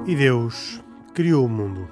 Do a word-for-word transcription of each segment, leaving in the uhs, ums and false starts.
E Deus criou o mundo.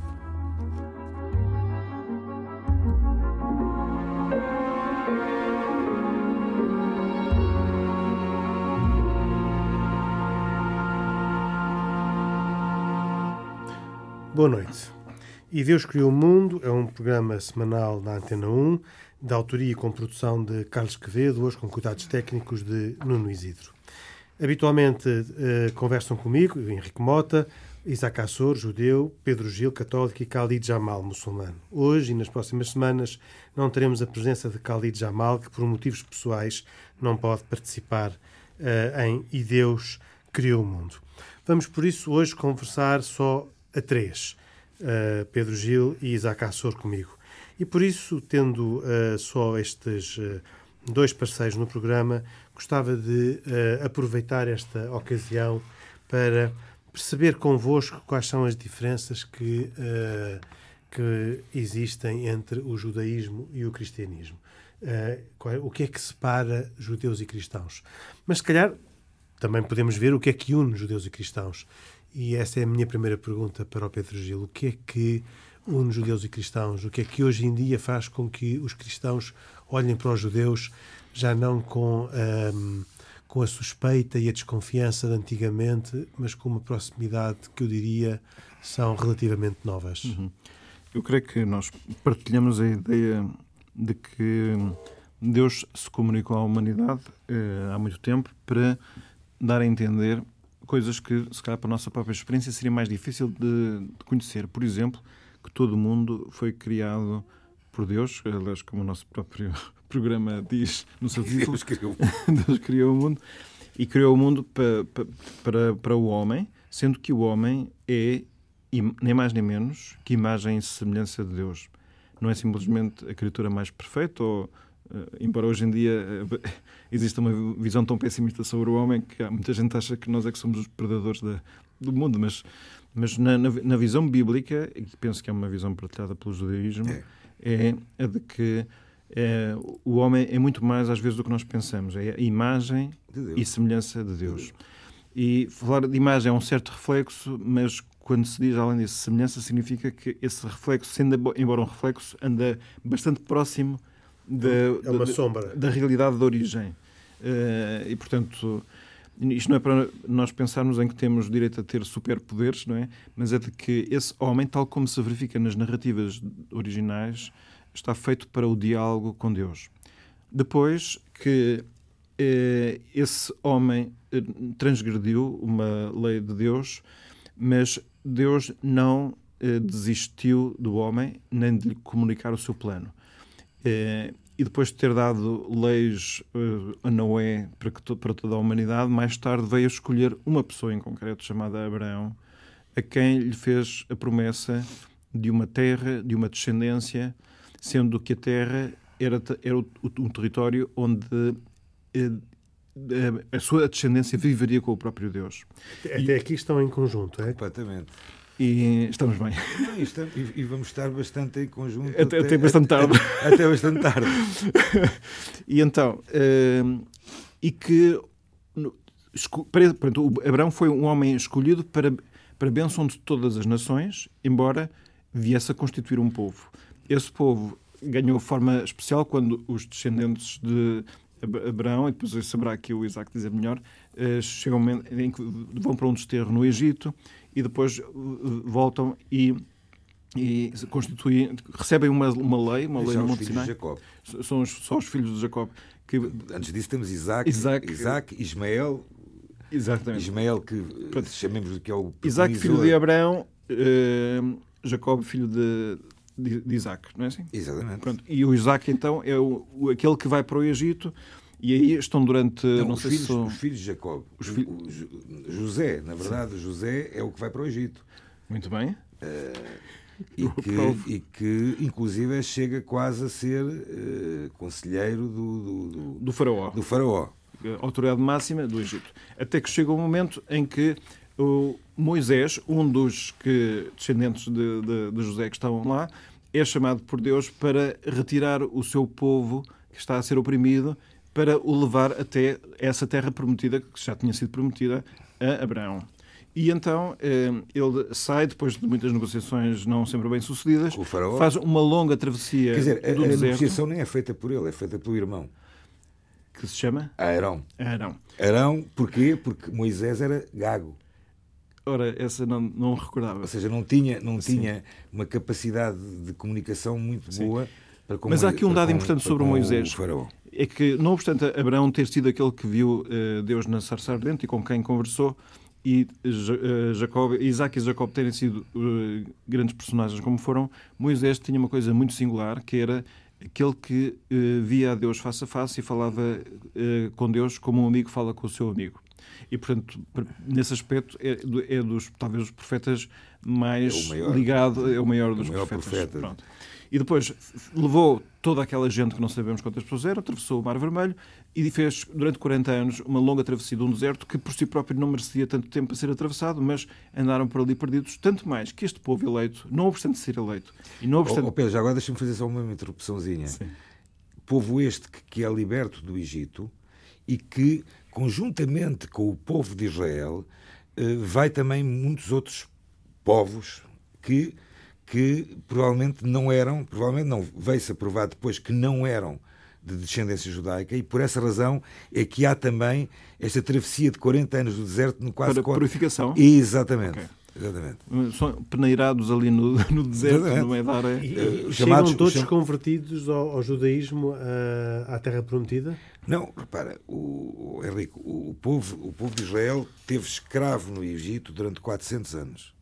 Boa noite. E Deus criou o mundo é um programa semanal na Antena um, de autoria e com produção de Carlos Quevedo, hoje com cuidados técnicos de Nuno Isidro. Habitualmente uh, conversam comigo, Henrique Mota, Isaac Assor, judeu, Pedro Gil, católico, e Khalid Jamal, muçulmano. Hoje e nas próximas semanas não teremos a presença de Khalid Jamal, que por motivos pessoais não pode participar uh, em E Deus criou o mundo. Vamos por isso hoje conversar só a três, uh, Pedro Gil e Isaac Assor comigo. E por isso, tendo uh, só estes uh, dois parceiros no programa, gostava de uh, aproveitar esta ocasião para perceber convosco quais são as diferenças que, uh, que existem entre o judaísmo e o cristianismo. Uh, qual, o que é que separa judeus e cristãos? Mas, se calhar, também podemos ver o que é que une judeus e cristãos. E essa é a minha primeira pergunta para o Pedro Gil. O que é que une judeus e cristãos? O que é que hoje em dia faz com que os cristãos olhem para os judeus já não com, um, com a suspeita e a desconfiança de antigamente, mas com uma proximidade que eu diria são relativamente novas? Uhum. Eu creio que nós partilhamos a ideia de que Deus se comunicou à humanidade eh, há muito tempo para dar a entender coisas que, se calhar, para a nossa própria experiência seria mais difícil de, de conhecer. Por exemplo, que todo o mundo foi criado por Deus, aliás, como o nosso próprio programa diz no seu título. Deus criou. Deus criou o mundo. E criou o mundo para, para, para o homem, sendo que o homem é, nem mais nem menos, que imagem e semelhança de Deus. Não é simplesmente a criatura mais perfeita, ou, embora hoje em dia exista uma visão tão pessimista sobre o homem que há muita gente acha que nós é que somos os predadores da, do mundo, mas, mas na, na, na visão bíblica, e penso que é uma visão partilhada pelo judaísmo, é, é a de que é, o homem é muito mais às vezes do que nós pensamos, é a imagem e semelhança de Deus. De Deus. E falar de imagem é um certo reflexo, mas quando se diz além disso semelhança, significa que esse reflexo, sendo embora um reflexo, anda bastante próximo da, é uma da, sombra. da realidade da origem. Uh, e, portanto, isto não é para nós pensarmos em que temos direito a ter superpoderes, não é? Mas é de que esse homem, tal como se verifica nas narrativas originais, está feito para o diálogo com Deus. Depois que uh, esse homem uh, transgrediu uma lei de Deus, mas Deus não uh, desistiu do homem, nem de lhe comunicar o seu plano. Uh, e depois de ter dado leis uh, a Noé para, que to- para toda a humanidade, mais tarde veio a escolher uma pessoa em concreto, chamada Abraão, a quem lhe fez a promessa de uma terra, de uma descendência, sendo que a terra era, era o, o, um território onde uh, a, a sua descendência viveria com o próprio Deus. Até e, aqui estão em conjunto, é? Completamente. E estamos bem. Não, e, estamos, e, e vamos estar bastante em conjunto. Até, até, até bastante tarde. Até, até bastante tarde. E então, uh, e que esco, para, pronto, o Abraão foi um homem escolhido para, para a bênção de todas as nações, embora viesse a constituir um povo. Esse povo ganhou forma especial quando os descendentes de Abraão, e depois saberá que o Isaac dizer melhor, uh, chegam um momento em que vão para um desterro no Egito e depois uh, voltam e, e constituem, recebem uma, uma lei, uma lei no Monte Sinai. São os, só os filhos de Jacó. Que... Antes disso temos Isaac, Isaac, Isaac Ismael, exatamente. Ismael, que Pronto. chamemos de que é o Isaac, filho de Abraão, uh, Jacó, filho de, de, de Isaac, não é assim? Exatamente. Pronto. E o Isaac, então, é o, o, aquele que vai para o Egito. E aí estão durante... Não, não os, sei filhos, se são... os filhos de Jacob. Os o, fi... o José, na verdade, Sim. José é o que vai para o Egito. Muito bem. Uh, e, que, e que, inclusive, chega quase a ser uh, conselheiro do, do, do, do faraó. Do faraó. A autoridade máxima do Egito. Até que chega um momento em que o Moisés, um dos que, descendentes de, de, de José que estavam lá, é chamado por Deus para retirar o seu povo que está a ser oprimido, para o levar até essa terra prometida, que já tinha sido prometida a Abraão. E então ele sai, depois de muitas negociações não sempre bem sucedidas, Com o faraó. Faz uma longa travessia. Quer dizer, do a, a deserto, negociação nem é feita por ele, é feita pelo irmão. Que se chama? Arão. Arão. Arão, porquê? Porque Moisés era gago. Ora, essa não, não recordava. Ou seja, não tinha, não tinha uma capacidade de comunicação muito Sim. boa para com Mas há aqui um dado com, importante sobre Moisés. O faraó. É que, não obstante Abraão ter sido aquele que viu uh, Deus na sarça ardente e com quem conversou, e uh, Jacob, Isaac e Jacob terem sido uh, grandes personagens como foram, Moisés tinha uma coisa muito singular, que era aquele que uh, via a Deus face a face e falava uh, com Deus como um amigo fala com o seu amigo. E, portanto, nesse aspecto, é, é dos, talvez, os profetas mais é ligado, é o maior dos o maior profetas. profeta. Pronto. E depois levou toda aquela gente que não sabemos quantas pessoas eram, atravessou o Mar Vermelho e fez, durante quarenta anos, uma longa travessia de um deserto que, por si próprio, não merecia tanto tempo a ser atravessado, mas andaram por ali perdidos, tanto mais que este povo eleito, não obstante ser eleito, e não obstante... Oh, oh Pedro, já agora deixa-me fazer só uma interrupçãozinha. Sim. Povo este que, que é liberto do Egito e que, conjuntamente com o povo de Israel, vai também muitos outros povos que, que provavelmente não eram, provavelmente não, veio-se a provar depois que não eram de descendência judaica, e por essa razão é que há também esta travessia de quarenta anos do deserto no quase... Para purificação? Exatamente. Okay. Exatamente. São peneirados ali no, no deserto, no meio da área. E, e chamados, chegam todos cham... convertidos ao, ao judaísmo, à, à Terra Prometida? Não, repara, o, o, Henrique, o, o, povo, o povo de Israel teve escravo no Egito durante quatrocentos anos.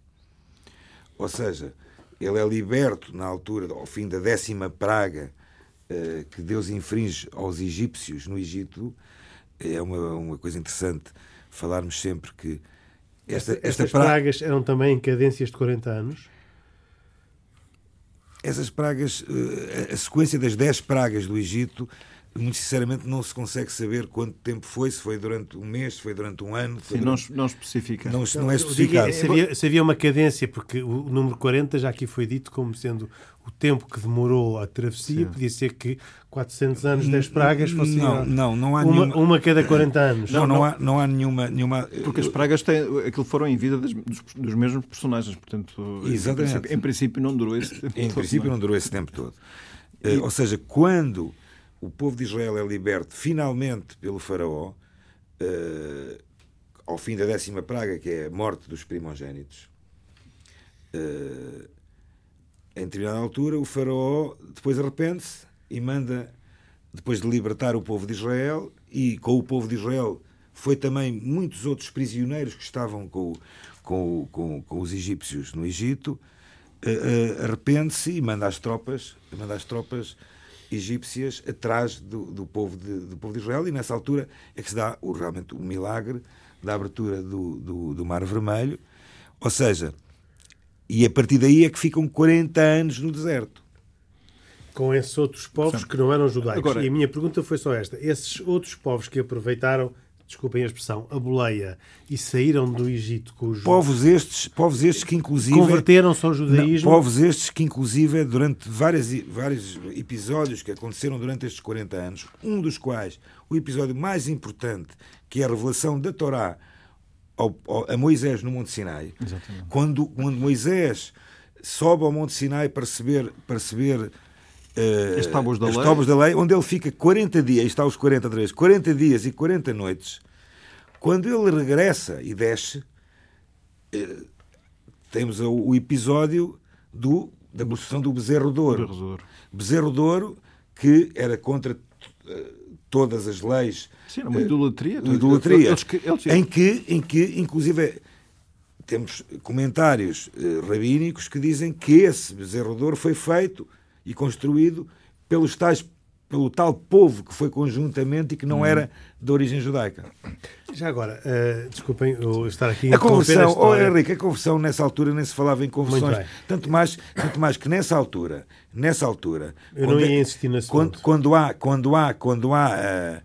Ou seja, ele é liberto na altura, ao fim da décima praga uh, que Deus infringe aos egípcios no Egito. É uma, uma coisa interessante falarmos sempre que Esta, esta Estas pra... pragas eram também em cadências de quarenta anos? Essas pragas, a sequência das dez pragas do Egito, muito sinceramente não se consegue saber quanto tempo foi, se foi durante um mês, se foi durante um ano. Sim, durante... não, não especifica. Não, não é especificado. Se havia, se havia uma cadência, porque o número quarenta já aqui foi dito como sendo o tempo que demorou a travessia, Sim. podia ser que quatrocentos anos, dez pragas fossem não, não, não há uma, nenhuma... uma cada quarenta anos. Não, não, não, há, não há nenhuma, nenhuma... Porque as pragas têm, aquilo foram em vida dos, dos mesmos personagens, portanto, Exatamente. Em, princípio, em princípio não durou esse tempo em todo. Em princípio não, não durou esse tempo todo. E... Uh, ou seja, quando o povo de Israel é liberto finalmente pelo faraó, uh, ao fim da décima praga, que é a morte dos primogénitos, uh, em determinada altura o faraó depois arrepende-se e manda, depois de libertar o povo de Israel, e com o povo de Israel foi também muitos outros prisioneiros que estavam com, com, com, com os egípcios no Egito, uh, uh, arrepende-se e manda as tropas, manda as tropas egípcias atrás do, do, povo de, do povo de Israel, e nessa altura é que se dá o, realmente o milagre da abertura do, do, do Mar Vermelho. Ou seja, e a partir daí é que ficam quarenta anos no deserto. Com esses outros povos que não eram judaicos. Agora, e a minha pergunta foi só esta. Esses outros povos que aproveitaram, desculpem a expressão, a boleia, e saíram do Egito com os... Povos estes, povos estes que inclusive... Converteram-se ao judaísmo? Não, povos estes que inclusive durante várias, vários episódios que aconteceram durante estes quarenta anos, um dos quais, o episódio mais importante, que é a revelação da Torá ao, ao, a Moisés no Monte Sinai. Exatamente. Quando, quando Moisés sobe ao Monte Sinai para receber... Para receber Uh, as tábuas da as lei. tábuas da lei, onde ele fica quarenta dias, está os quarenta, quarenta dias e quarenta noites. Quando ele regressa e desce, uh, temos o, o episódio do, da construção do bezerro de ouro. Bezerro de ouro. Bezerro de ouro, que era contra uh, todas as leis. Sim, era uma idolatria. Uh, idolatria eles, eles... Em, que, em que, inclusive, temos comentários uh, rabínicos que dizem que esse bezerro de ouro foi feito e construído pelos tais, pelo tal povo que foi conjuntamente e que não hum. era de origem judaica. Já agora, uh, desculpem eu estar aqui... A conversão, oh, Henrique, a conversão nessa altura nem se falava em conversões. Tanto mais, tanto mais que nessa altura, nessa altura... Eu não ia insistir nesse quando, quando há, quando há, quando há a,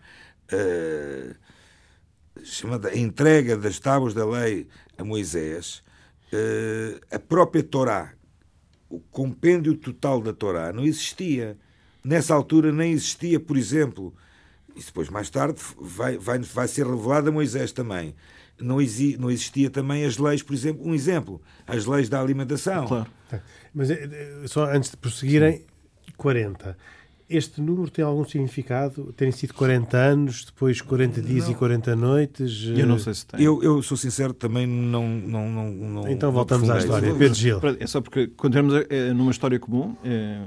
a, chamada entrega das tábuas da lei a Moisés, a própria Torá, o compêndio total da Torá não existia. Nessa altura nem existia, por exemplo, e depois mais tarde vai, vai, vai ser revelado a Moisés também, não, exi, não existia também as leis, por exemplo, um exemplo, as leis da alimentação. Claro. Mas só antes de prosseguirem, sim. quarenta. Este número tem algum significado? Terem sido quarenta anos, depois quarenta dias não. e quarenta noites? Eu não sei se tem. Eu, eu sou sincero, também não... não, não, não então voltamos à história. Pedro Gil. É só porque quando estamos numa história comum, é,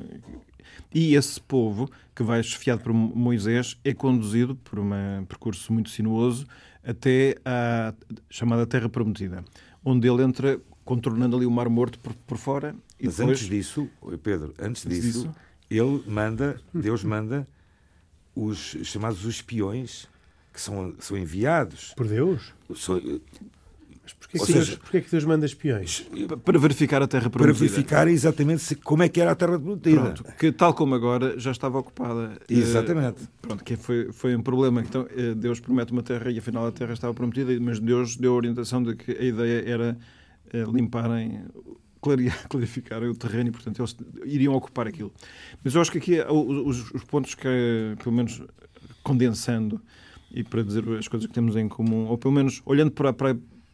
e esse povo que vai chefiado por Moisés é conduzido por um percurso muito sinuoso até à chamada Terra Prometida, onde ele entra contornando ali o Mar Morto por, por fora. E Mas depois... antes disso, Pedro, antes disso... disso ele manda, Deus manda os chamados os espiões que são, são enviados. Por Deus? São, mas porquê que, Deus, porquê que Deus manda espiões? Para verificar a Terra Prometida. Para verificar exatamente se, como é que era a Terra Prometida. Pronto, que tal como agora já estava ocupada. Exatamente. Uh, pronto, que foi, foi um problema. Então, uh, Deus promete uma Terra e afinal a Terra estava prometida, mas Deus deu a orientação de que a ideia era uh, limparem... clarificarem o terreno e, portanto, eles iriam ocupar aquilo. Mas eu acho que aqui os, os pontos que, pelo menos condensando e para dizer as coisas que temos em comum, ou pelo menos olhando para, para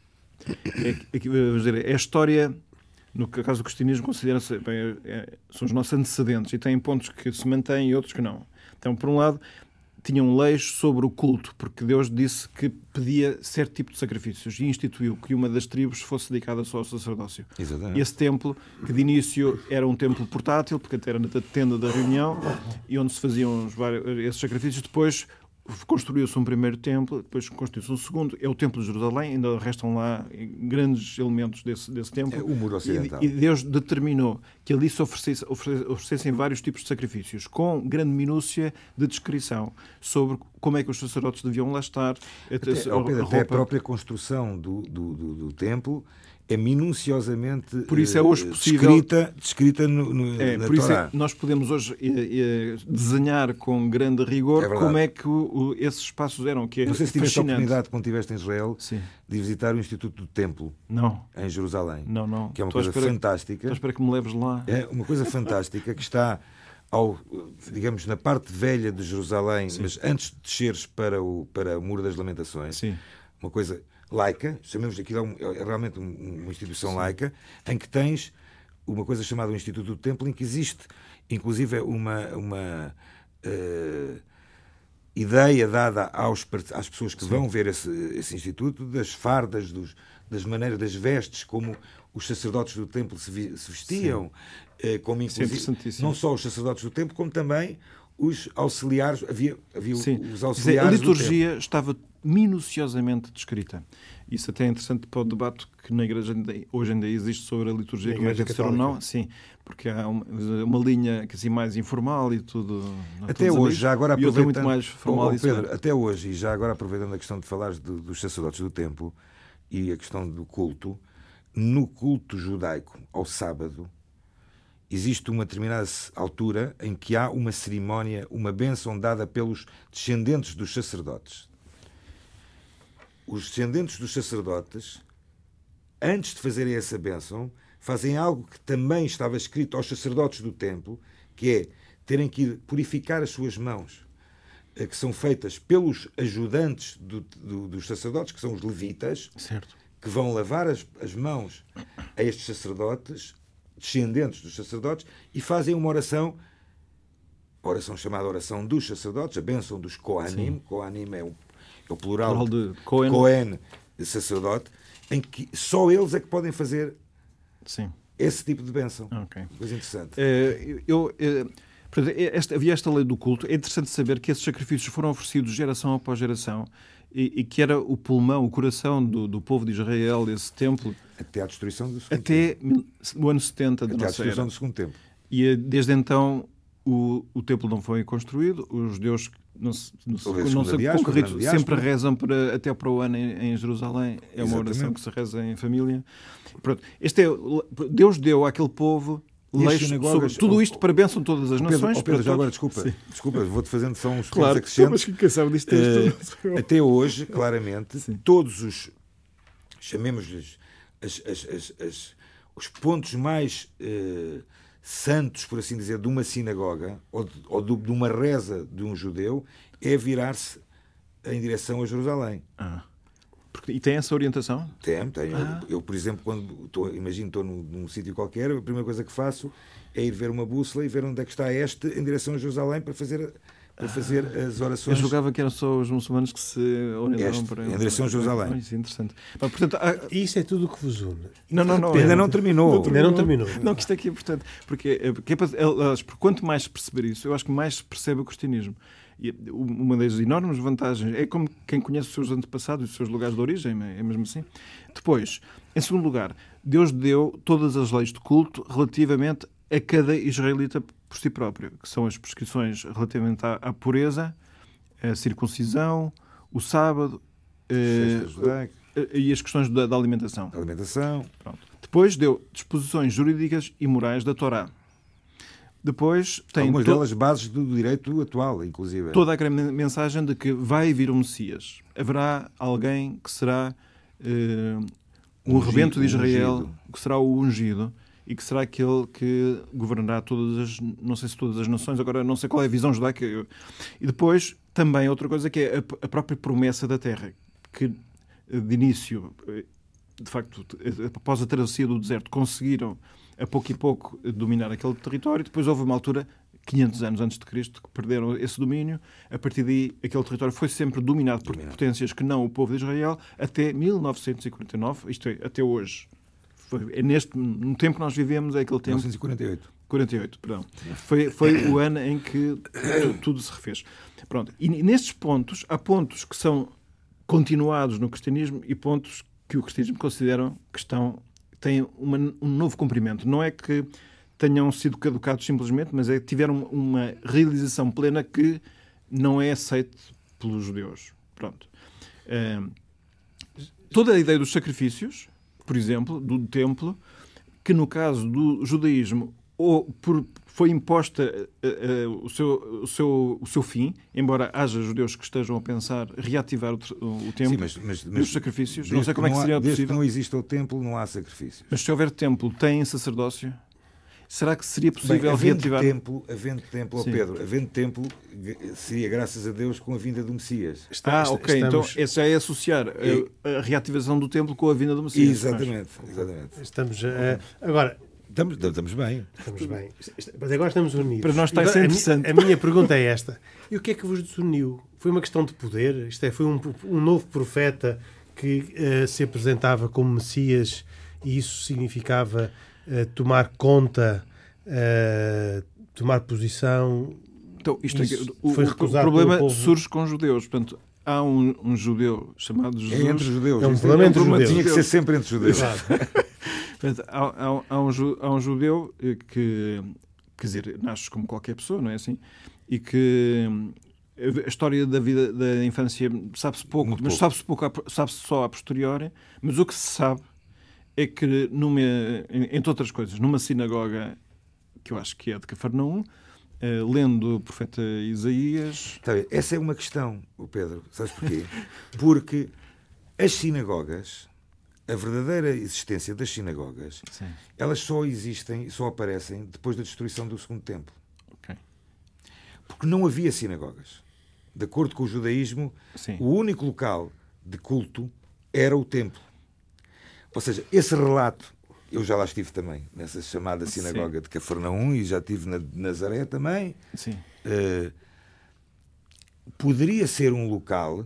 é, é, vamos dizer, é a história, no caso do cristianismo, considera-se, bem, é, são os nossos antecedentes e tem pontos que se mantêm e outros que não. Então, por um lado, tinham leis sobre o culto, porque Deus disse que pedia certo tipo de sacrifícios e instituiu que uma das tribos fosse dedicada só ao sacerdócio. Exatamente. Esse templo, que de início era um templo portátil, porque até era na tenda da reunião, e onde se faziam os vários, esses sacrifícios, depois construiu-se um primeiro templo, depois construiu-se um segundo, é o Templo de Jerusalém, ainda restam lá grandes elementos desse, desse templo. É o muro ocidental. E, e Deus determinou que ali se oferecesse, oferecessem vários tipos de sacrifícios, com grande minúcia de descrição sobre como é que os sacerdotes deviam lá estar. Até, a, a, Pedro, até a própria construção do, do, do, do templo é minuciosamente por isso é hoje possível, descrita, descrita no, no, é, na por isso Torá. É, nós podemos hoje é, é, desenhar com grande rigor é como é que o, o, esses espaços eram. Que é não sei se tiveste a fascinante. oportunidade, quando estiveste em Israel, Sim. de visitar o Instituto do Templo. Não. Em Jerusalém. Não, não. Que é uma Estou coisa espera, fantástica. Estou a esperar que me leves lá. É uma coisa fantástica que está, ao, digamos, na parte velha de Jerusalém, Sim. mas antes de desceres para o, para o Muro das Lamentações. Sim. Uma coisa laica, chamamos aquilo é, um, é realmente uma instituição Sim. laica, em que tens uma coisa chamada o Instituto do Templo, em que existe, inclusive, uma, uma uh, ideia dada aos, às pessoas que Sim. vão ver esse, esse instituto, das fardas, dos, das maneiras, das vestes, como os sacerdotes do templo se, vi, se vestiam, uh, como inclusive, não só os sacerdotes do templo, como também os auxiliares, havia, havia os auxiliares. A liturgia estava minuciosamente descrita. Isso até é interessante para o debate que na Igreja ainda, hoje ainda existe sobre a liturgia, como é que deve ser ou não. Sim, porque há uma, uma linha que, assim, mais informal e tudo. Até hoje, já agora aproveitando, muito mais formal, oh, oh, Pedro, até hoje, e já agora aproveitando a questão de falares do, dos sacerdotes do templo e a questão do culto, no culto judaico, ao sábado, existe uma determinada altura em que há uma cerimónia, uma bênção dada pelos descendentes dos sacerdotes. Os descendentes dos sacerdotes, antes de fazerem essa bênção, fazem algo que também estava escrito aos sacerdotes do templo, que é terem que ir purificar as suas mãos, que são feitas pelos ajudantes do, do, dos sacerdotes, que são os levitas, certo. que vão lavar as, as mãos a estes sacerdotes, descendentes dos sacerdotes, e fazem uma oração, a oração chamada oração dos sacerdotes, a bênção dos Kohanim. Kohanim é o, é o plural, plural de Cohen, Cohen sacerdote, em que só eles é que podem fazer Sim. esse tipo de bênção. Okay. Coisa interessante. Uh, eu, uh, esta, havia esta lei do culto. É interessante saber que esses sacrifícios foram oferecidos geração após geração e, e que era o pulmão, o coração do, do povo de Israel, esse templo. Até à destruição do segundo Até tempo. o ano setenta da Até nossa à destruição era. do segundo tempo. E desde então o, o templo não foi construído, os judeus não se, não se, não se diáspora, sempre rezam para, até para o ano em, em Jerusalém. É uma Exatamente. oração que se reza em família. Pronto. Este é, Deus deu àquele povo leis sobre tudo isto para bênção de todas as Pedro, nações. Oh Pedro, já agora, desculpa, desculpa, vou-te fazendo só uns claro, acrescentos. Mas que sabe disto uh, até hoje, claramente, Sim. todos os, chamemos-lhes, as, as, as, as, os pontos mais uh, santos, por assim dizer, de uma sinagoga ou, de, ou de, de uma reza de um judeu é virar-se em direção a Jerusalém. Ah. Porque, e tem essa orientação? Tem, tem. Ah. Eu, eu, por exemplo, quando estou, imagino estou num, num sítio qualquer, a primeira coisa que faço é ir ver uma bússola e ver onde é que está este em direção a Jerusalém para fazer, para fazer as orações. Eu julgava que eram só os muçulmanos que se orientavam para... Em direção a Jerusalém. Oh, isso é interessante. Mas, portanto, há... Isso é tudo o que vos une. Não, não, não. Ainda não terminou. Não, ainda não terminou. Não, que isto aqui é importante. Porque, porque, é para, porque quanto mais se perceber isso, eu acho que mais se percebe o cristianismo. E uma das enormes vantagens é como quem conhece os seus antepassados e os seus lugares de origem, é mesmo assim. Depois, em segundo lugar, Deus deu todas as leis de culto relativamente a cada israelita por si próprio, que são as prescrições relativamente à, à pureza, a circuncisão, o sábado eh, e as questões da, da alimentação. alimentação. Pronto. Depois deu disposições jurídicas e morais da Torá. Depois tem algumas to... delas bases do direito atual, inclusive. Toda a mensagem de que vai vir o Messias. Haverá alguém que será uh, o ungido, rebento de Israel, ungido. que será o ungido e que será aquele que governará todas as, não sei se todas as nações, agora não sei qual é a visão judaica. E depois também outra coisa que é a, a própria promessa da terra, que de início, de facto, após a travessia do deserto, conseguiram a pouco e pouco dominar aquele território. Depois houve uma altura, quinhentos anos antes de Cristo, que perderam esse domínio. A partir daí, aquele território foi sempre dominado por dominado. potências que não o povo de Israel até mil novecentos e quarenta e nove, isto é, até hoje. Foi, é neste, no tempo que nós vivemos, é aquele tempo... mil novecentos e quarenta e oito. quarenta e oito, perdão. Foi, foi o ano em que tudo se refez. Pronto. E nestes pontos, há pontos que são continuados no cristianismo e pontos que o cristianismo considera que estão... têm uma, um novo cumprimento. Não é que tenham sido caducados simplesmente, mas é que tiveram uma realização plena que não é aceita pelos judeus. Pronto. Uh, toda a ideia dos sacrifícios, por exemplo, do templo, que no caso do judaísmo ou por, foi imposta uh, uh, o, seu, o, seu, o seu fim, embora haja judeus que estejam a pensar reativar o, o templo. Sim, mas, mas, mas os sacrifícios. Não sei como não é que seria há, possível. Desde que não existe o templo, não há sacrifícios. Mas se houver templo, tem sacerdócio? Será que seria possível Bem, havendo reativar? Templo, havendo templo, oh Pedro, havendo templo, seria graças a Deus com a vinda do Messias. Está, ah, ok. Estamos... Então, esse já é associar a, a reativação do templo com a vinda do Messias. Exatamente. exatamente. Estamos... Uh, agora... Estamos, estamos bem. Estamos bem. Mas agora estamos unidos. Para nós está a ser interessante. A minha, a minha pergunta é esta. E o que é que vos desuniu? Foi uma questão de poder? Isto é, foi um, um novo profeta que uh, se apresentava como Messias e isso significava uh, tomar conta, uh, tomar posição? Então, isto isso é, o, foi recusado o problema surge com os judeus. Portanto, há um, um judeu chamado Jesus. É entre judeus. É um problema entre judeus. Tinha que ser sempre entre judeus. Portanto, há, há, há, um, há um judeu que, quer dizer, nasce como qualquer pessoa, não é assim? E que a história da vida, da infância, sabe-se pouco, Muito mas pouco. sabe-se pouco, sabe-se só a posteriori. Mas o que se sabe é que, numa, entre outras coisas, numa sinagoga, que eu acho que é de Cafarnaum, Uh, lendo o profeta Isaías... Tá bem. Essa é uma questão, Pedro. Sabes porquê? Porque as sinagogas, a verdadeira existência das sinagogas, Sim. elas só existem, só aparecem depois da destruição do segundo templo. Okay. Porque não havia sinagogas. De acordo com o judaísmo, Sim. o único local de culto era o templo. Ou seja, esse relato... Eu já lá estive também, nessa chamada sinagoga Sim. de Cafarnaum, e já estive na de Nazaré também. Sim. Uh, poderia ser um local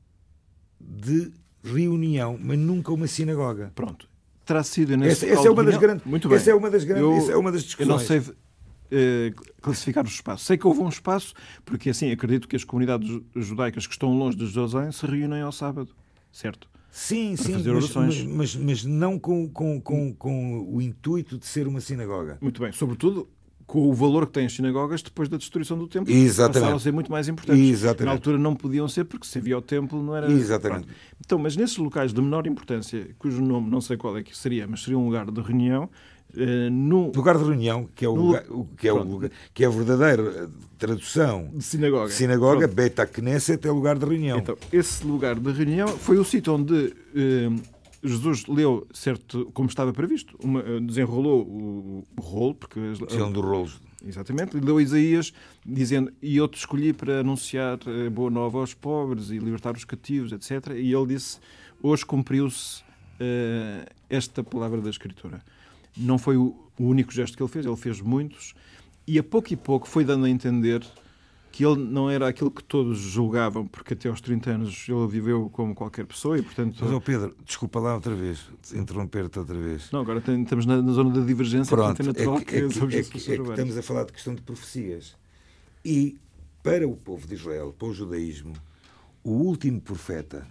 de reunião, mas nunca uma sinagoga. Pronto. Terá sido nesse essa, essa é uma das grandes, Muito bem. Essa é uma das grandes, eu, essa é uma das discussões. Eu não sei uh, classificar os espaços. Sei que houve um espaço, porque assim, acredito que as comunidades judaicas que estão longe de Jerusalém se reúnem ao sábado, certo? Sim, para sim, fazer mas, orações. mas, mas, mas não com, com, com, com o intuito de ser uma sinagoga. Muito bem. Sobretudo com o valor que têm as sinagogas depois da destruição do templo. Exatamente. Passaram a ser muito mais importantes. Exatamente. Na altura não podiam ser porque se havia o templo não era... Exatamente. Pronto. Então, mas nesses locais de menor importância, cujo nome não sei qual é que seria, mas seria um lugar de reunião, Uh, no lugar de reunião, que é o, no, lugar, o, que é o lugar, que é a verdadeira tradução de sinagoga, de sinagoga Beit Knesset é lugar de reunião. Então, esse lugar de reunião foi o sítio onde uh, Jesus leu, certo, como estava previsto, uma, desenrolou o, o rolo, porque tinham dos rolos. Exatamente, leu Isaías dizendo: e eu te escolhi para anunciar a boa nova aos pobres e libertar os cativos, etcétera. E ele disse: hoje cumpriu-se uh, esta palavra da Escritura. Não foi o, o único gesto que ele fez, ele fez muitos, e a pouco e pouco foi dando a entender que ele não era aquilo que todos julgavam, porque até aos trinta anos ele viveu como qualquer pessoa e, portanto... Mas, oh Pedro, desculpa lá outra vez, interromper-te outra vez. Não, agora tem, estamos na, na zona da divergência. Pronto, é natural é que, que, é que, que, é que, é que estamos a falar de questão de profecias. E, para o povo de Israel, para o judaísmo, o último profeta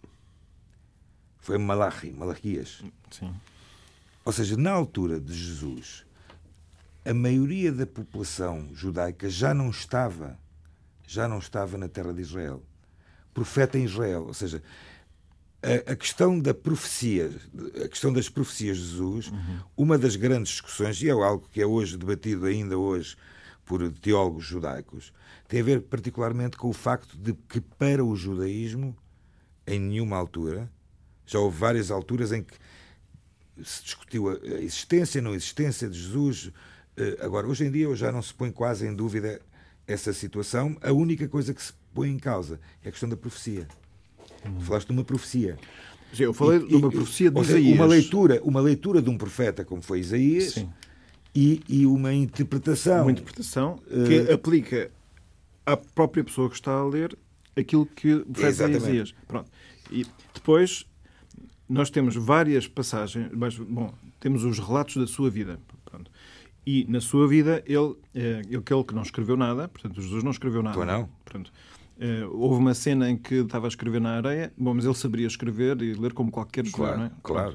foi Malachi, Malaquias. Sim. Ou seja, na altura de Jesus, a maioria da população judaica já não estava já não estava na terra de Israel. Profeta em Israel. Ou seja, a, a questão da profecia, a questão das profecias de Jesus, uhum. uma das grandes discussões, e é algo que é hoje debatido ainda hoje por teólogos judaicos, tem a ver particularmente com o facto de que para o judaísmo, em nenhuma altura, já houve várias alturas em que se discutiu a existência, a não existência de Jesus. Agora, hoje em dia, já não se põe quase em dúvida essa situação. A única coisa que se põe em causa é a questão da profecia. Hum. Falaste de uma profecia. Sim, eu falei e, de uma profecia de seja, Isaías. Uma leitura, uma leitura de um profeta como foi Isaías e, e uma interpretação. Uma interpretação uh, que aplica à própria pessoa que está a ler aquilo que o profeta Isaías. Pronto. E depois nós temos várias passagens, mas, bom, temos os relatos da sua vida. Pronto. E, na sua vida, ele é aquele que não escreveu nada, portanto, Jesus não escreveu nada. Então não? Portanto, é, houve uma cena em que estava a escrever na areia, bom, mas ele saberia escrever e ler como qualquer judeu, claro, não é? Claro,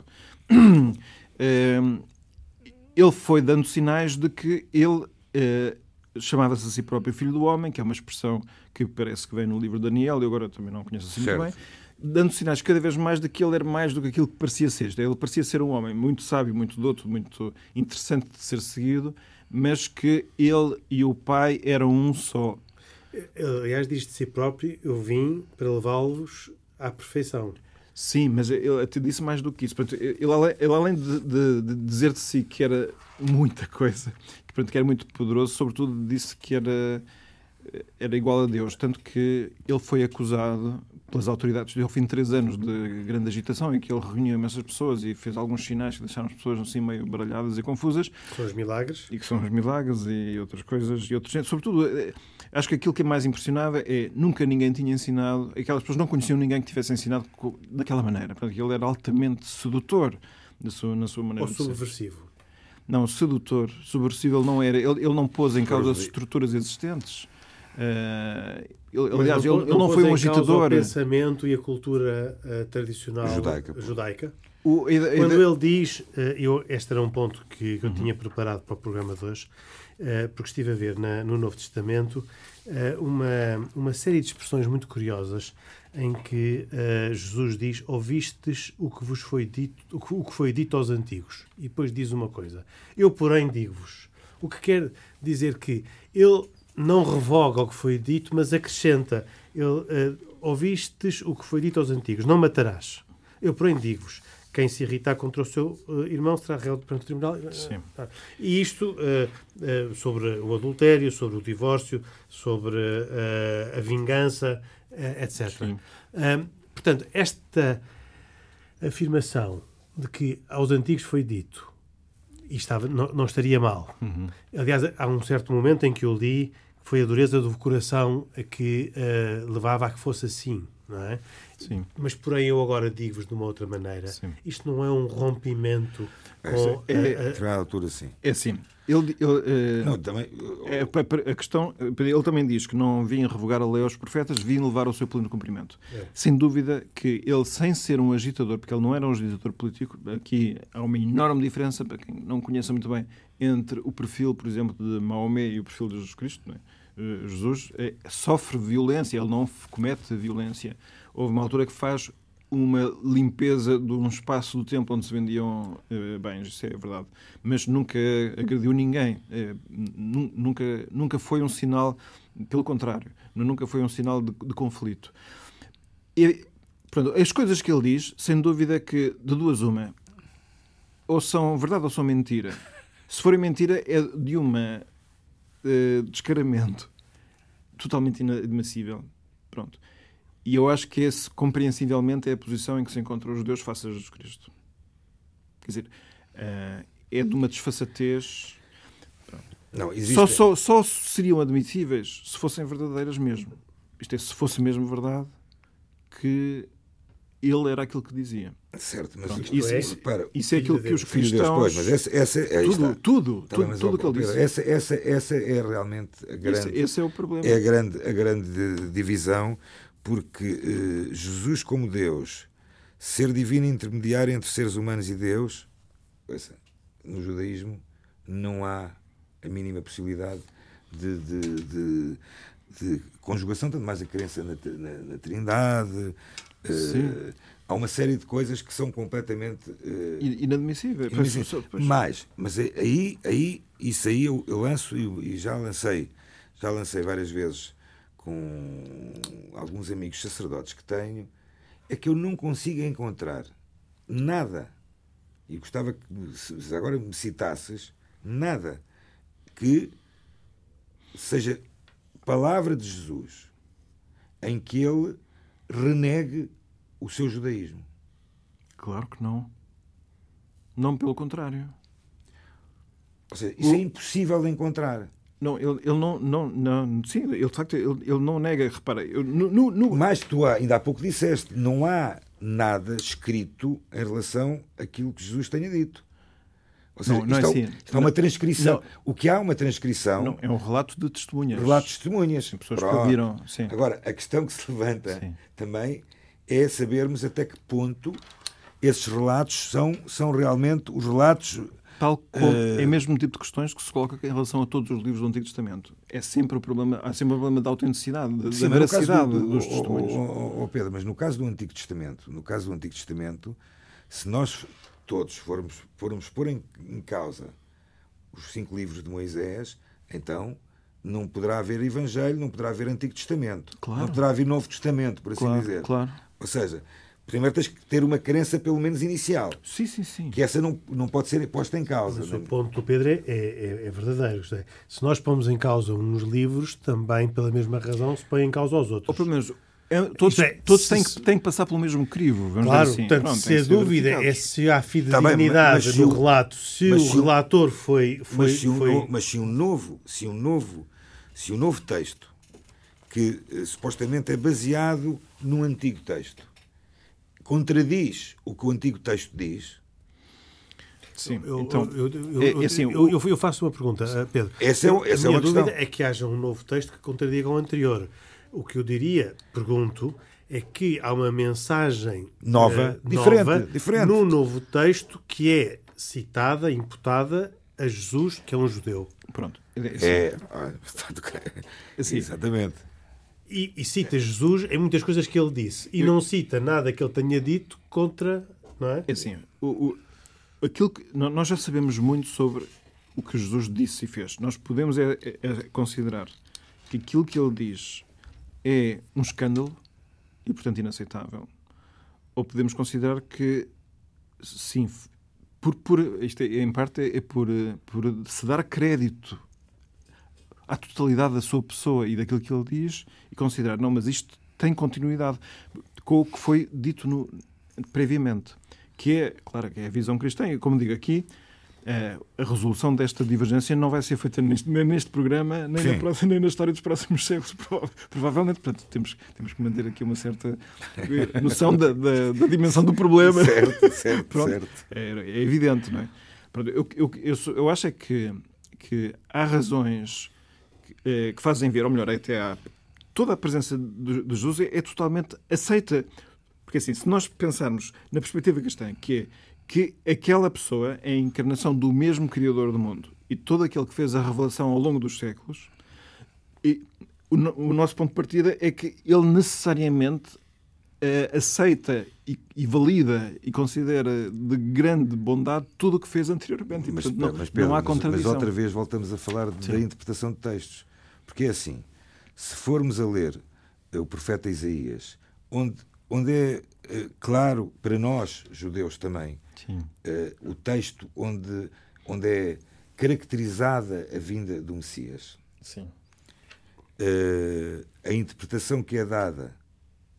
é, ele foi dando sinais de que ele é, chamava-se a si próprio Filho do Homem, que é uma expressão que parece que vem no livro de Daniel, eu agora também não conheço assim certo. muito bem, dando sinais cada vez mais de que ele era mais do que aquilo que parecia ser. Ele parecia ser um homem muito sábio, muito douto, muito interessante de ser seguido, mas que ele e o Pai eram um só. Aliás, diz de si próprio, eu vim para levá-los à perfeição. Sim, mas ele até disse mais do que isso. Portanto, ele, ele, além de, de, de dizer de si que era muita coisa, que, portanto, que era muito poderoso, sobretudo disse que era, era igual a Deus. Tanto que ele foi acusado pelas autoridades ao fim de três anos de grande agitação, em que ele reuniu imensas pessoas e fez alguns sinais que deixaram as pessoas assim meio baralhadas e confusas. São os milagres. E que são os milagres e outras coisas. E outros... Sobretudo, acho que aquilo que é mais impressionava é nunca ninguém tinha ensinado, aquelas pessoas não conheciam ninguém que tivesse ensinado daquela maneira. Portanto, ele era altamente sedutor na sua, na sua maneira Ou de ser. subversivo. Não, sedutor. Subversivo ele não era. Ele, ele não pôs em causa as estruturas existentes. Uh, ele, aliás, não, ele, ele não foi um agitador. O pensamento e a cultura uh, tradicional judaica. judaica. O, e, Quando e, ele diz, uh, eu, este era um ponto que, que eu uhum. tinha preparado para o programa de hoje, uh, porque estive a ver na, no Novo Testamento uh, uma, uma série de expressões muito curiosas em que uh, Jesus diz: ouvistes o que vos foi dito, o que, o que foi dito aos antigos. E depois diz uma coisa: eu, porém, digo-vos. O que quer dizer que ele não revoga o que foi dito, mas acrescenta: ele, uh, ouvistes o que foi dito aos antigos, não matarás. Eu, porém, digo-vos: quem se irritar contra o seu uh, irmão será réu perante o tribunal. Sim. Uh, e isto uh, uh, sobre o adultério, sobre o divórcio, sobre uh, a vingança, uh, etcétera. Uh, portanto, esta afirmação de que aos antigos foi dito e estava, não, não estaria mal. Uhum. Aliás, há um certo momento em que eu li que foi a dureza do coração a que uh, levava a que fosse assim, não é? Sim. Mas, porém, eu agora digo-vos de uma outra maneira. Sim. Isto não é um rompimento com... É, é, a, a, a altura, sim. É assim. Ele, ele, uh, não, também, é, a questão, ele também diz que não vinha revogar a lei aos profetas, vinha levar ao seu pleno cumprimento. É. Sem dúvida que ele, sem ser um agitador, porque ele não era um agitador político, aqui há uma enorme diferença, para quem não conheça muito bem, entre o perfil, por exemplo, de Maomé e o perfil de Jesus Cristo, não é? Uh, Jesus é, sofre violência, ele não comete violência. Houve uma altura que faz uma limpeza de um espaço do templo onde se vendiam uh, bens, isso é verdade. Mas nunca agrediu ninguém. Uh, nunca, nunca foi um sinal, pelo contrário, nunca foi um sinal de, de conflito. E, pronto, as coisas que ele diz, sem dúvida que, de duas uma, ou são verdade ou são mentira. Se forem mentira, é de uma uh, descaramento totalmente inadmissível. Pronto. E eu acho que esse, compreensivelmente, é a posição em que se encontram os judeus face a Jesus Cristo. Quer dizer, é de uma desfaçatez... Não, existe... só, só, só seriam admissíveis se fossem verdadeiras mesmo. Isto é, se fosse mesmo verdade que ele era aquilo que dizia. Certo, mas Pronto, isso, isso, isso, para, isso é aquilo que os filho de cristãos... Deus, pois, mas essa, essa, aí tudo, está. tudo, Está tudo, bem, tudo o que ele Pedro, disse. essa, essa, essa é realmente a grande... Esse, esse é o problema. É a grande, a grande divisão, porque eh, Jesus como Deus, ser divino intermediário entre seres humanos e Deus, ouça, no judaísmo não há a mínima possibilidade de, de, de, de conjugação, tanto mais a crença na, na, na Trindade. Uh, há uma série de coisas que são completamente uh, inadmissíveis. Mas, mas aí, aí, isso aí eu, eu lanço e, e já lancei, já lancei várias vezes com alguns amigos sacerdotes que tenho, é que eu não consigo encontrar nada, e gostava que se agora me citasses, nada que seja palavra de Jesus em que ele renegue o seu judaísmo. Claro que não. Não, pelo contrário. Ou seja, isso o... é impossível de encontrar. Não, ele, ele não, não, não... Sim, ele, de facto, ele, ele não nega, repara... Eu, no, no, no... Mas tu há, ainda há pouco disseste, não há nada escrito em relação àquilo que Jesus tenha dito. Ou seja, não, não isto, é, é, assim. isto é uma transcrição. Não. O que há uma transcrição... Não, é um relato de testemunhas. Relato de testemunhas. Sim, pessoas Pronto. que viram. Sim. Agora, a questão que se levanta sim. também é sabermos até que ponto esses relatos são, são realmente os relatos... Tal como uh... é o mesmo tipo de questões que se coloca em relação a todos os livros do Antigo Testamento. É sempre o problema, há sempre o problema da autenticidade, da, Sim, da veracidade do, do, dos oh, testemunhos. Oh, oh, Pedro, mas no caso do Antigo Testamento, no caso do Antigo Testamento, se nós todos formos, formos pôr em, em causa os cinco livros de Moisés, então não poderá haver Evangelho, não poderá haver Antigo Testamento. Claro. Não poderá haver Novo Testamento, por assim claro, dizer. Claro. Ou seja, primeiro tens que ter uma crença pelo menos inicial. Sim, sim, sim. Que essa não, não pode ser posta em causa. Mas o ponto do Pedro é, é, é verdadeiro. É, se nós pomos em causa uns livros, também pela mesma razão se põe em causa os outros. Ou pelo menos... É, todos é, todos têm, que, têm que passar pelo mesmo crivo. Vamos claro, dizer assim. portanto, Pronto, se a dúvida é se há fidedignidade tá bem, mas, mas no o, relato, se o se relator foi... foi, mas, se um, foi... mas se um novo, se um novo, se um novo texto que eh, supostamente é baseado num antigo texto contradiz o que o antigo texto diz... Sim, eu, então, eu, eu, é, eu, é assim, eu, eu, eu faço uma pergunta, Pedro. Essa é, essa a minha é uma dúvida questão. é que haja um novo texto que contradiga o anterior. O que eu diria, pergunto, é que há uma mensagem nova, uh, diferente, nova diferente no novo texto que é citada, imputada a Jesus, que é um judeu. Pronto. É, assim, exatamente. E, e cita Jesus em muitas coisas que ele disse. E não cita nada que ele tenha dito contra... Não é? É assim, o, o, aquilo que, nós já sabemos muito sobre o que Jesus disse e fez. Nós podemos é, é, é considerar que aquilo que ele diz é um escândalo e, portanto, inaceitável. Ou podemos considerar que, sim, por, por, isto é, em parte é por, por se dar crédito à totalidade da sua pessoa e daquilo que ele diz e considerar, não, mas isto tem continuidade com o que foi dito no, previamente. Que é, claro, que é a visão cristã. E, como digo aqui, a resolução desta divergência não vai ser feita neste, nem neste programa, nem na, próxima, nem na história dos próximos séculos, provavelmente. Portanto, temos, temos que manter aqui uma certa noção da, da, da dimensão do problema. Certo, certo, Pronto, certo. É, é evidente, não é? Pronto, eu, eu, eu, eu acho é que, que há razões que, que fazem ver, ou melhor, até há, toda a presença de, de Jesus é, é totalmente aceita. Porque assim, se nós pensarmos na perspectiva cristã, que é que aquela pessoa é a encarnação do mesmo Criador do mundo e todo aquele que fez a revelação ao longo dos séculos, e o, o nosso ponto de partida é que ele necessariamente uh, aceita e, e valida e considera de grande bondade tudo o que fez anteriormente. E, mas, portanto, não, mas, Pedro, não há mas, contradição. mas outra vez voltamos a falar de, da interpretação de textos. Porque é assim, se formos a ler o profeta Isaías, onde, onde é uh, claro para nós, judeus também, Uh, o texto onde, onde é caracterizada a vinda do Messias. Sim. Uh, a interpretação que é dada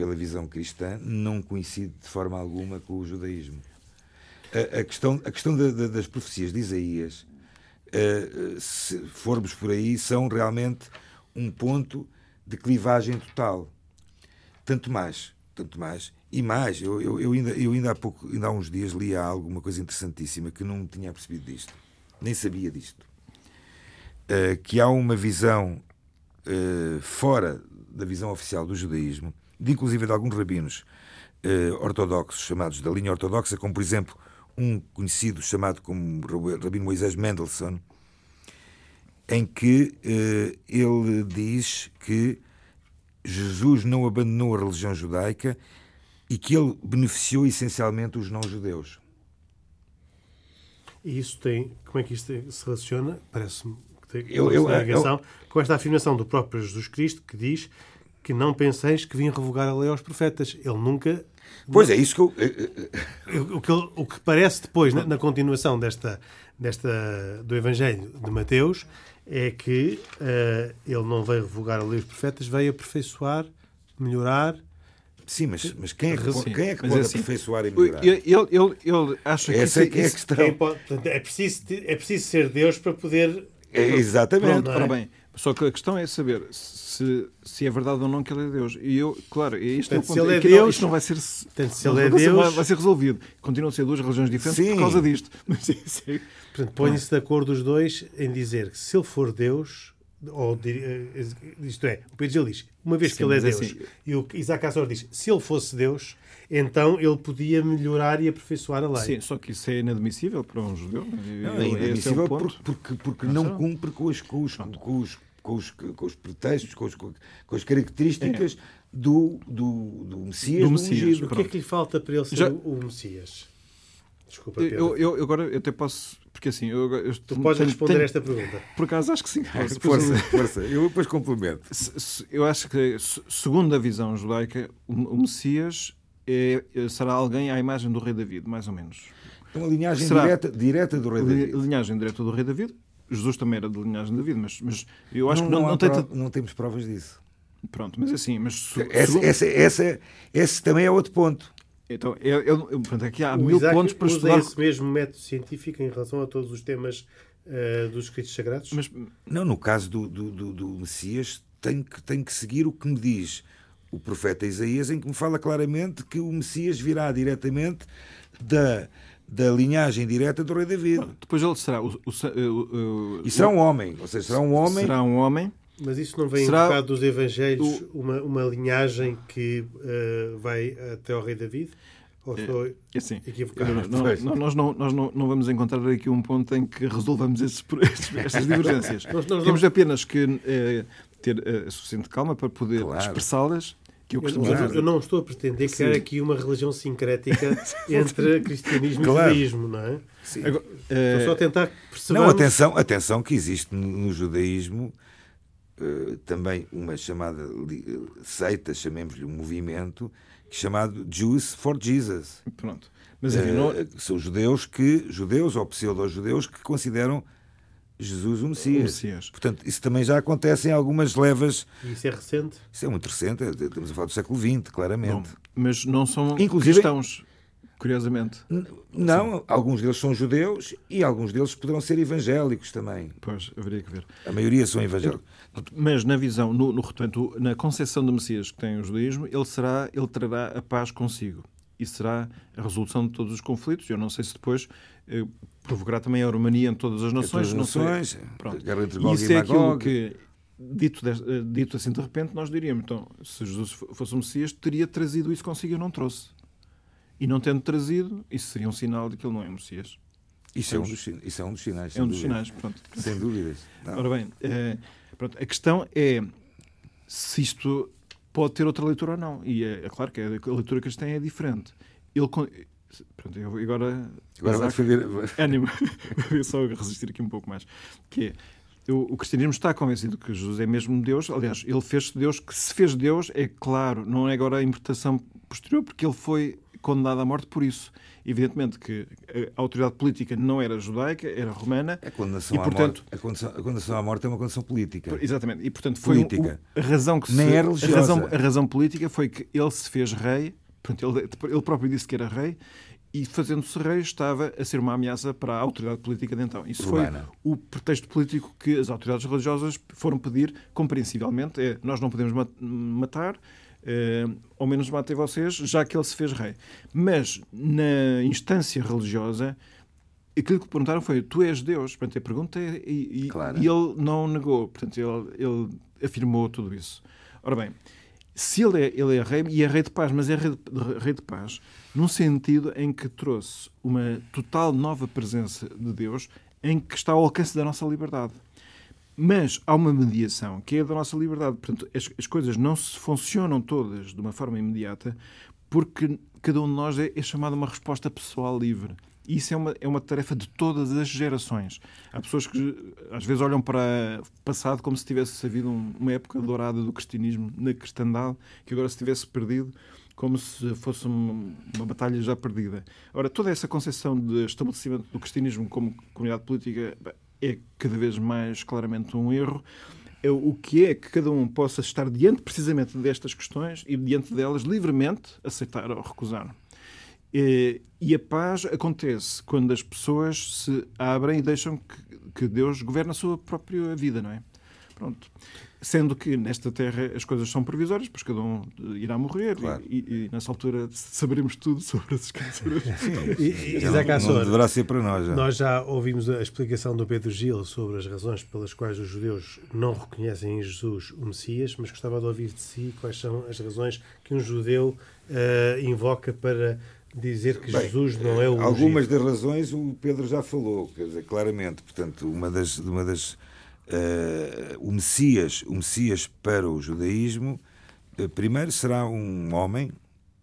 pela visão cristã, não coincide de forma alguma com o judaísmo. A, a questão, a questão da, da, das profecias de Isaías, uh, se formos por aí, são realmente um ponto de clivagem total. Tanto mais, tanto mais, e mais, eu, eu, eu, ainda, eu ainda há pouco, ainda há uns dias li alguma coisa interessantíssima que não tinha percebido disto, nem sabia disto. Uh, que há uma visão uh, fora da visão oficial do judaísmo, de inclusive de alguns rabinos uh, ortodoxos, chamados da linha ortodoxa, como por exemplo um conhecido chamado como Rabino Moisés Mendelssohn, em que uh, ele diz que Jesus não abandonou a religião judaica e que ele beneficiou essencialmente os não-judeus. E isso tem... Como é que isto se relaciona? Parece-me que tem eu, eu, uma ligação eu, com esta afirmação do próprio Jesus Cristo, que diz que não penseis que vim revogar a lei aos profetas. Ele nunca... Pois é, isso que eu... O que, o que parece depois, na, na continuação desta, desta, do Evangelho de Mateus, é que uh, ele não veio revogar a lei dos profetas, veio aperfeiçoar, melhorar. Sim, mas, mas quem é que, Sim, quem é que mas pode assim, aperfeiçoar e melhorar? Ele, ele, ele acha que essa isso, é a isso, questão. Quem pode, portanto, é, preciso, é preciso ser Deus para poder... É, exatamente. Pronto, ora bem, só que a questão é saber se, se é verdade ou não que ele é Deus. E eu, claro, isto, Portanto, é, se ele é que Deus, não, isto não vai ser, portanto, se não, ele é vai, ser, Deus, vai ser resolvido. Continuam a ser duas religiões diferentes Sim. por causa disto. Mas, sim, portanto, põem-se de acordo os dois em dizer que se ele for Deus, ou isto é, o Pedro diz, uma vez Sim, que ele é mas é Deus, assim, e o Isaac Azor diz, se ele fosse Deus, então ele podia melhorar e aperfeiçoar a lei. sim, só que isso é inadmissível para um judeu. Não, Esse é inadmissível o ponto. porque, porque, porque não cumpre com os, com os, com os, com os, com os pretextos, com, os, com as características é. do, do, do Messias, do do Messias. ungido. O que é que lhe falta para ele ser Já... o Messias? Desculpa, Pedro. Eu, eu, agora eu até posso... Porque assim... Eu, eu, tu podes tenho, responder tenho, esta pergunta. Por acaso acho que sim. Posso, força, força. Eu depois complemento. Eu acho que, segundo a visão judaica, o, o Messias é, será alguém à imagem do rei David, mais ou menos. Uma linhagem será direta, direta do rei David. Linhagem direta do rei David. Jesus também era de linhagem de David, mas, mas eu acho não, que não, não, não tem... prova, não temos provas disso. Pronto, mas assim... Mas, esse, segundo... esse, esse, esse também é outro ponto. Então, eu, eu, eu, pronto, aqui há o mil Isaac pontos para usa estudar... esse mesmo método científico em relação a todos os temas uh, dos escritos sagrados? Mas, não, no caso do, do, do, do Messias, tem que, tem que seguir o que me diz o profeta Isaías, em que me fala claramente que o Messias virá diretamente da, da linhagem direta do rei David. Depois ele será... O, o, o, o, e será um homem, ou seja, será um homem... Será um homem... Mas isso não vem será invocado dos Evangelhos, o... uma, uma linhagem que uh, vai até ao rei David? Ou estou é, assim, equivocado? Não, não, nós não, nós não, não vamos encontrar aqui um ponto em que resolvamos esses, estas divergências. nós, nós Temos não... apenas que eh, ter eh, suficiente calma para poder claro. expressar-las. Que eu, eu, eu, eu não estou a pretender Sim. criar aqui uma religião sincrética entre cristianismo claro. e judaísmo, não é? Sim. Agora, estou só a tentar perceber. Não, atenção, atenção que existe no, no judaísmo uh, também uma chamada seita, chamemos-lhe um movimento, chamado Jews for Jesus. Pronto. Mas, enfim, não... uh, são judeus que, judeus ou pseudo-judeus que consideram Jesus o Messias. o Messias. Portanto, isso também já acontece em algumas levas. E isso é recente? Isso é muito recente, estamos a falar do século vinte, claramente. Bom, mas não são Inclusive, cristãos, curiosamente. Não, Sim. alguns deles são judeus e alguns deles poderão ser evangélicos também. Pois, haveria que ver. A maioria são evangélicos. Mas na visão, no, no, portanto, na concepção do Messias que tem o judaísmo, ele, será, ele trará a paz consigo. E será a resolução de todos os conflitos. Eu não sei se depois eh, provocará também a harmonia em todas as nações. Todas as nações, Pronto. Guerra entre e Gog isso e é aquilo Magog. que, dito, de, dito assim de repente, nós diríamos, então, se Jesus fosse o Messias, teria trazido isso consigo e eu não trouxe. E não tendo trazido, isso seria um sinal de que ele não é o Messias. Isso é um dos, isso é um dos sinais. É um dos sinais, pronto. Sem dúvidas. Não. Ora bem, eh, pronto, a questão é se isto pode ter outra leitura ou não. E é, é claro que a leitura cristã é diferente. Ele, pronto, eu agora... Agora vai defender... Ânimo. Vou só resistir aqui um pouco mais. Que é, o, o cristianismo está convencido que Jesus é mesmo Deus. Aliás, ele fez Deus, que se fez Deus, é claro, não é agora a interpretação posterior, porque ele foi condenado à morte por isso. Evidentemente que a autoridade política não era judaica, era romana. A condenação, e, à, portanto, morte, a condenação, a condenação à morte é uma condenação política. Exatamente. E, portanto, foi política. Um, a razão que Nem se, é a religiosa. razão, a razão política foi que ele se fez rei, portanto, ele, ele próprio disse que era rei, e fazendo-se rei estava a ser uma ameaça para a autoridade política de então. Isso Romana. Foi o pretexto político que as autoridades religiosas foram pedir, compreensivelmente, é nós não podemos matar, eh, ao menos matem vocês, já que ele se fez rei. Mas, na instância religiosa, aquilo que perguntaram foi, tu és Deus? Portanto, a pergunta é, e, claro. e ele não negou, portanto, ele, ele afirmou tudo isso. Ora bem, se ele é, ele é rei, e é rei de paz, mas é rei de, rei de paz num sentido em que trouxe uma total nova presença de Deus em que está ao alcance da nossa liberdade. Mas há uma mediação que é da nossa liberdade. Portanto, as, as coisas não se funcionam todas de uma forma imediata porque cada um de nós é, é chamado a uma resposta pessoal livre. E isso é uma, é uma tarefa de todas as gerações. Há pessoas que às vezes olham para o passado como se tivesse havido um, uma época dourada do cristianismo na cristandade, que agora se tivesse perdido, como se fosse uma, uma batalha já perdida. Ora, toda essa concepção de estabelecimento do cristianismo como comunidade política é cada vez mais claramente um erro. É o que é que cada um possa estar diante precisamente destas questões e diante delas livremente aceitar ou recusar. E a paz acontece quando as pessoas se abrem e deixam que, que Deus governe a sua própria vida, não é? Pronto. Sendo que nesta terra as coisas são provisórias, pois cada um irá morrer, claro. e, e, e nessa altura saberemos tudo sobre as escrituras. Não, não deverá ser para nós. Já. Nós já ouvimos a explicação do Pedro Gil sobre as razões pelas quais os judeus não reconhecem em Jesus o Messias, mas gostava de ouvir de si quais são as razões que um judeu uh, invoca para dizer que Bem, Jesus não é o ungido. Algumas das razões o Pedro já falou, quer dizer, claramente. Portanto, uma das, uma das uh, o Messias, o Messias para o judaísmo, uh, primeiro será um homem,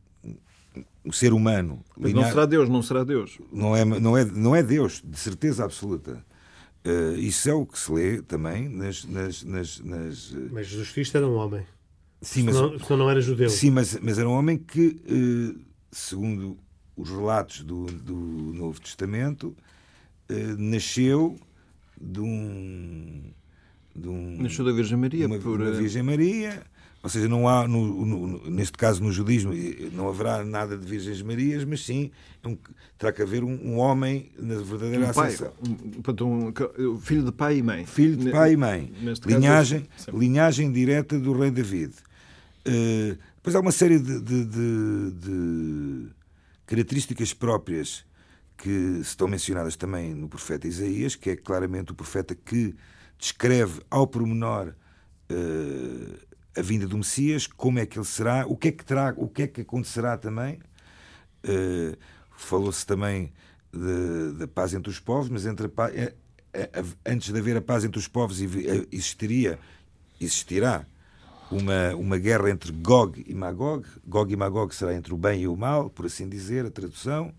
um ser humano. Mas linear, não será Deus, não será Deus. Não é, não é, não é Deus, de certeza absoluta. Uh, isso é o que se lê também nas... nas, nas, nas uh... Mas Jesus Cristo era um homem. Sim, mas senão, senão não era judeu. Sim, mas, mas era um homem que... Uh, segundo os relatos do, do Novo Testamento, eh, nasceu de um, de um... Nasceu da Virgem Maria. Uma, por... uma Virgem Maria. Ou seja, não há, no, no, neste caso no judismo, não haverá nada de Virgens Marias, mas sim, um, terá que haver um, um homem na verdadeira um pai, ascensão. Um, um, filho de pai e mãe. Filho de pai e mãe. Linhagem, caso, linhagem direta do rei David. Uh, Depois há uma série de, de, de, de características próprias que estão mencionadas também no profeta Isaías, que é claramente o profeta que descreve ao pormenor uh, a vinda do Messias, como é que ele será, o que é que, terá, o que, é que acontecerá também. Uh, falou-se também da paz entre os povos, mas entre a, a, a, antes de haver a paz entre os povos existiria, existirá Uma, uma guerra entre Gog e Magog. Gog e Magog será entre o bem e o mal, por assim dizer, a tradução.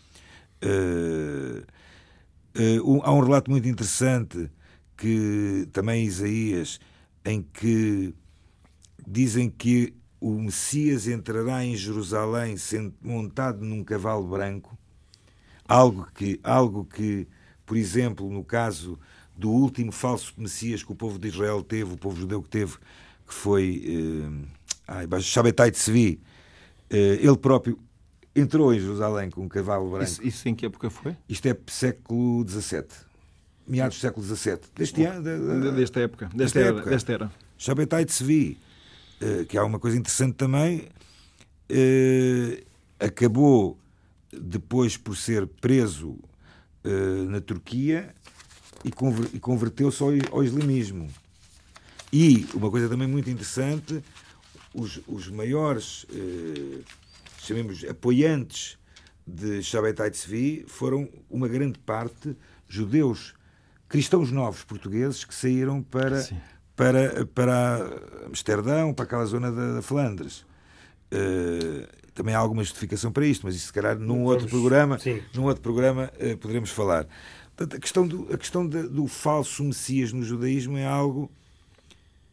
Uh, uh, um, há um relato muito interessante que também Isaías, em que dizem que o Messias entrará em Jerusalém sendo montado num cavalo branco, algo que, algo que, por exemplo, no caso do último falso Messias que o povo de Israel teve, o povo judeu que teve, que foi uh, Shabbatai Tzvi, uh, ele próprio entrou em Jerusalém com um cavalo branco. Isso, isso em que época foi? Isto é século dezassete, meados do século dezassete. Deste ano, de, de, desta época. Desta, desta era, época. Desta era. Shabbatai Tzvi, uh, que há uma coisa interessante também, uh, acabou depois por ser preso uh, na Turquia e, conver, e converteu-se ao, ao islamismo. E uma coisa também muito interessante, os, os maiores, eh, chamemos, apoiantes de Shabbatai Tzvi foram uma grande parte judeus, cristãos novos portugueses que saíram para, para, para Amsterdão, para aquela zona da, da Flandres. Eh, também há alguma justificação para isto, mas isso se calhar num Vamos, outro programa, num outro programa eh, poderemos falar. Portanto, a questão, do, a questão de, do falso Messias no judaísmo é algo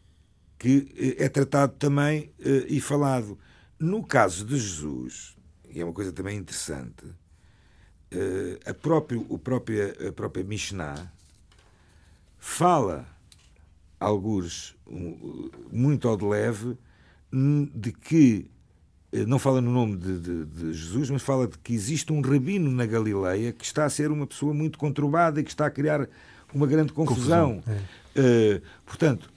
que é tratado também uh, e falado. No caso de Jesus, e é uma coisa também interessante, uh, a, próprio, o própria, a própria Mishnah fala, algures, um, muito ao de leve, de que, não fala no nome de, de, de Jesus, mas fala de que existe um rabino na Galileia que está a ser uma pessoa muito conturbada e que está a criar uma grande confusão. confusão. É. Uh, portanto,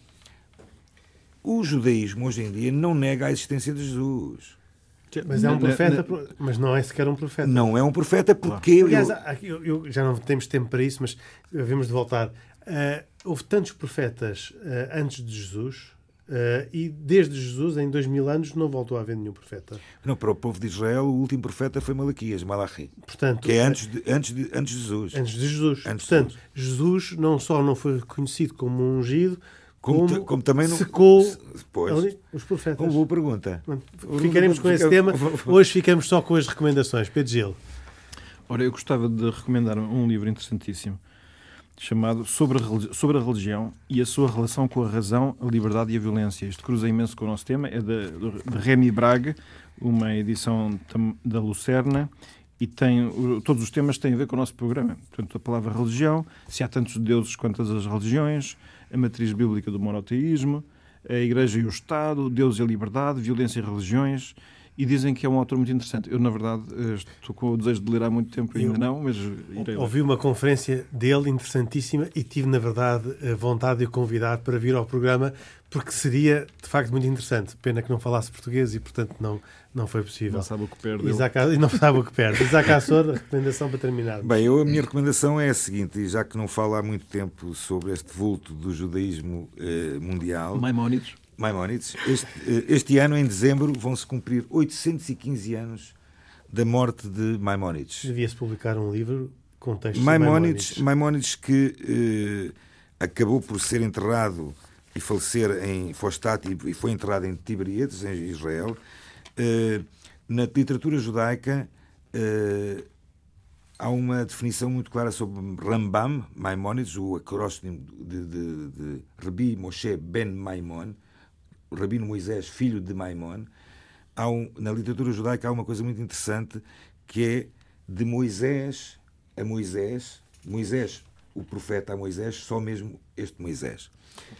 o judaísmo hoje em dia não nega a existência de Jesus. Mas é um profeta, mas não é sequer um profeta. Não é um profeta porque... Aliás, eu, eu, já não temos tempo para isso, mas devemos de voltar. Uh, houve tantos profetas uh, antes de Jesus... Uh, e desde Jesus, em dois mil anos, não voltou a haver nenhum profeta. Não, para o povo de Israel, o último profeta foi Malaquias, Malachi. Portanto, que é antes de, antes de, antes de Jesus. Antes de Jesus. Antes Portanto, de Jesus. Jesus não só não foi reconhecido como um ungido, como, como, como também não secou pois, ali os profetas. Uma boa pergunta. Ficaremos com esse tema. Hoje ficamos só com as recomendações. Pedro Gil. Ora, eu gostava de recomendar um livro interessantíssimo chamado Sobre a, Sobre a Religião e a Sua Relação com a Razão, a Liberdade e a Violência. Isto cruza imenso com o nosso tema. É de, de Remy Brague, uma edição da Lucerna, e tem, todos os temas têm a ver com o nosso programa. Portanto, a palavra religião, se há tantos deuses quanto as religiões, a matriz bíblica do monoteísmo, a Igreja e o Estado, Deus e a Liberdade, violência e religiões. E dizem que é um autor muito interessante. Eu, na verdade, estou com o desejo de ler há muito tempo, ainda eu não, mas irei ler. Ouvi uma conferência dele interessantíssima e tive, na verdade, a vontade de o convidar para vir ao programa, porque seria, de facto, muito interessante. Pena que não falasse português e, portanto, não, não foi possível. Não sabe o que perde. Isaac, não sabe o que perde. Isaac Assor, a recomendação para terminar. Bem, eu, a minha recomendação é a seguinte, e já que não falo há muito tempo sobre este vulto do judaísmo eh, mundial... Maimónides. Maimónides. Este, este ano, em dezembro, vão-se cumprir oitocentos e quinze anos da morte de Maimónides. Devia-se publicar um livro com textos Maimónides, de Maimónides. Maimónides que eh, acabou por ser enterrado e falecer em Fostat e foi enterrado em Tiberíades, em Israel. Eh, na literatura judaica eh, há uma definição muito clara sobre Rambam, Maimónides, o acróstico de, de, de Rabbi Moshe ben Maimon, o Rabino Moisés, filho de Maimon. Há um, na literatura judaica há uma coisa muito interessante que é de Moisés a Moisés, Moisés, o profeta a Moisés, só mesmo este Moisés.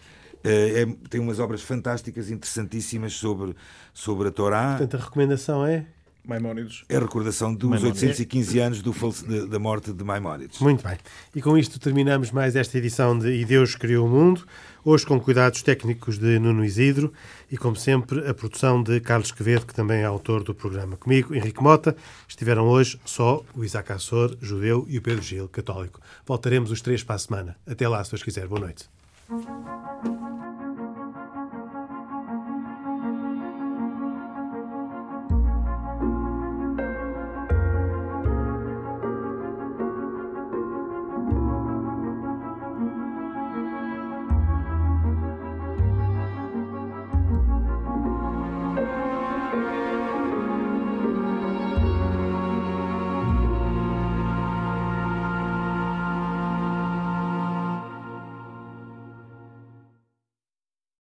É, tem umas obras fantásticas, interessantíssimas sobre, sobre a Torá. Portanto, a recomendação é? Maimónides. É a recordação dos Maimónides. oitocentos e quinze anos do, da morte de Maimónides. Muito bem. E com isto terminamos mais esta edição de E Deus Criou o Mundo, hoje com cuidados técnicos de Nuno Isidro e, como sempre, a produção de Carlos Quevedo, que também é autor do programa. Comigo, Henrique Mota, estiveram hoje só o Isaac Assor, judeu, e o Pedro Gil, católico. Voltaremos os três para a semana. Até lá, se Deus quiser. Boa noite.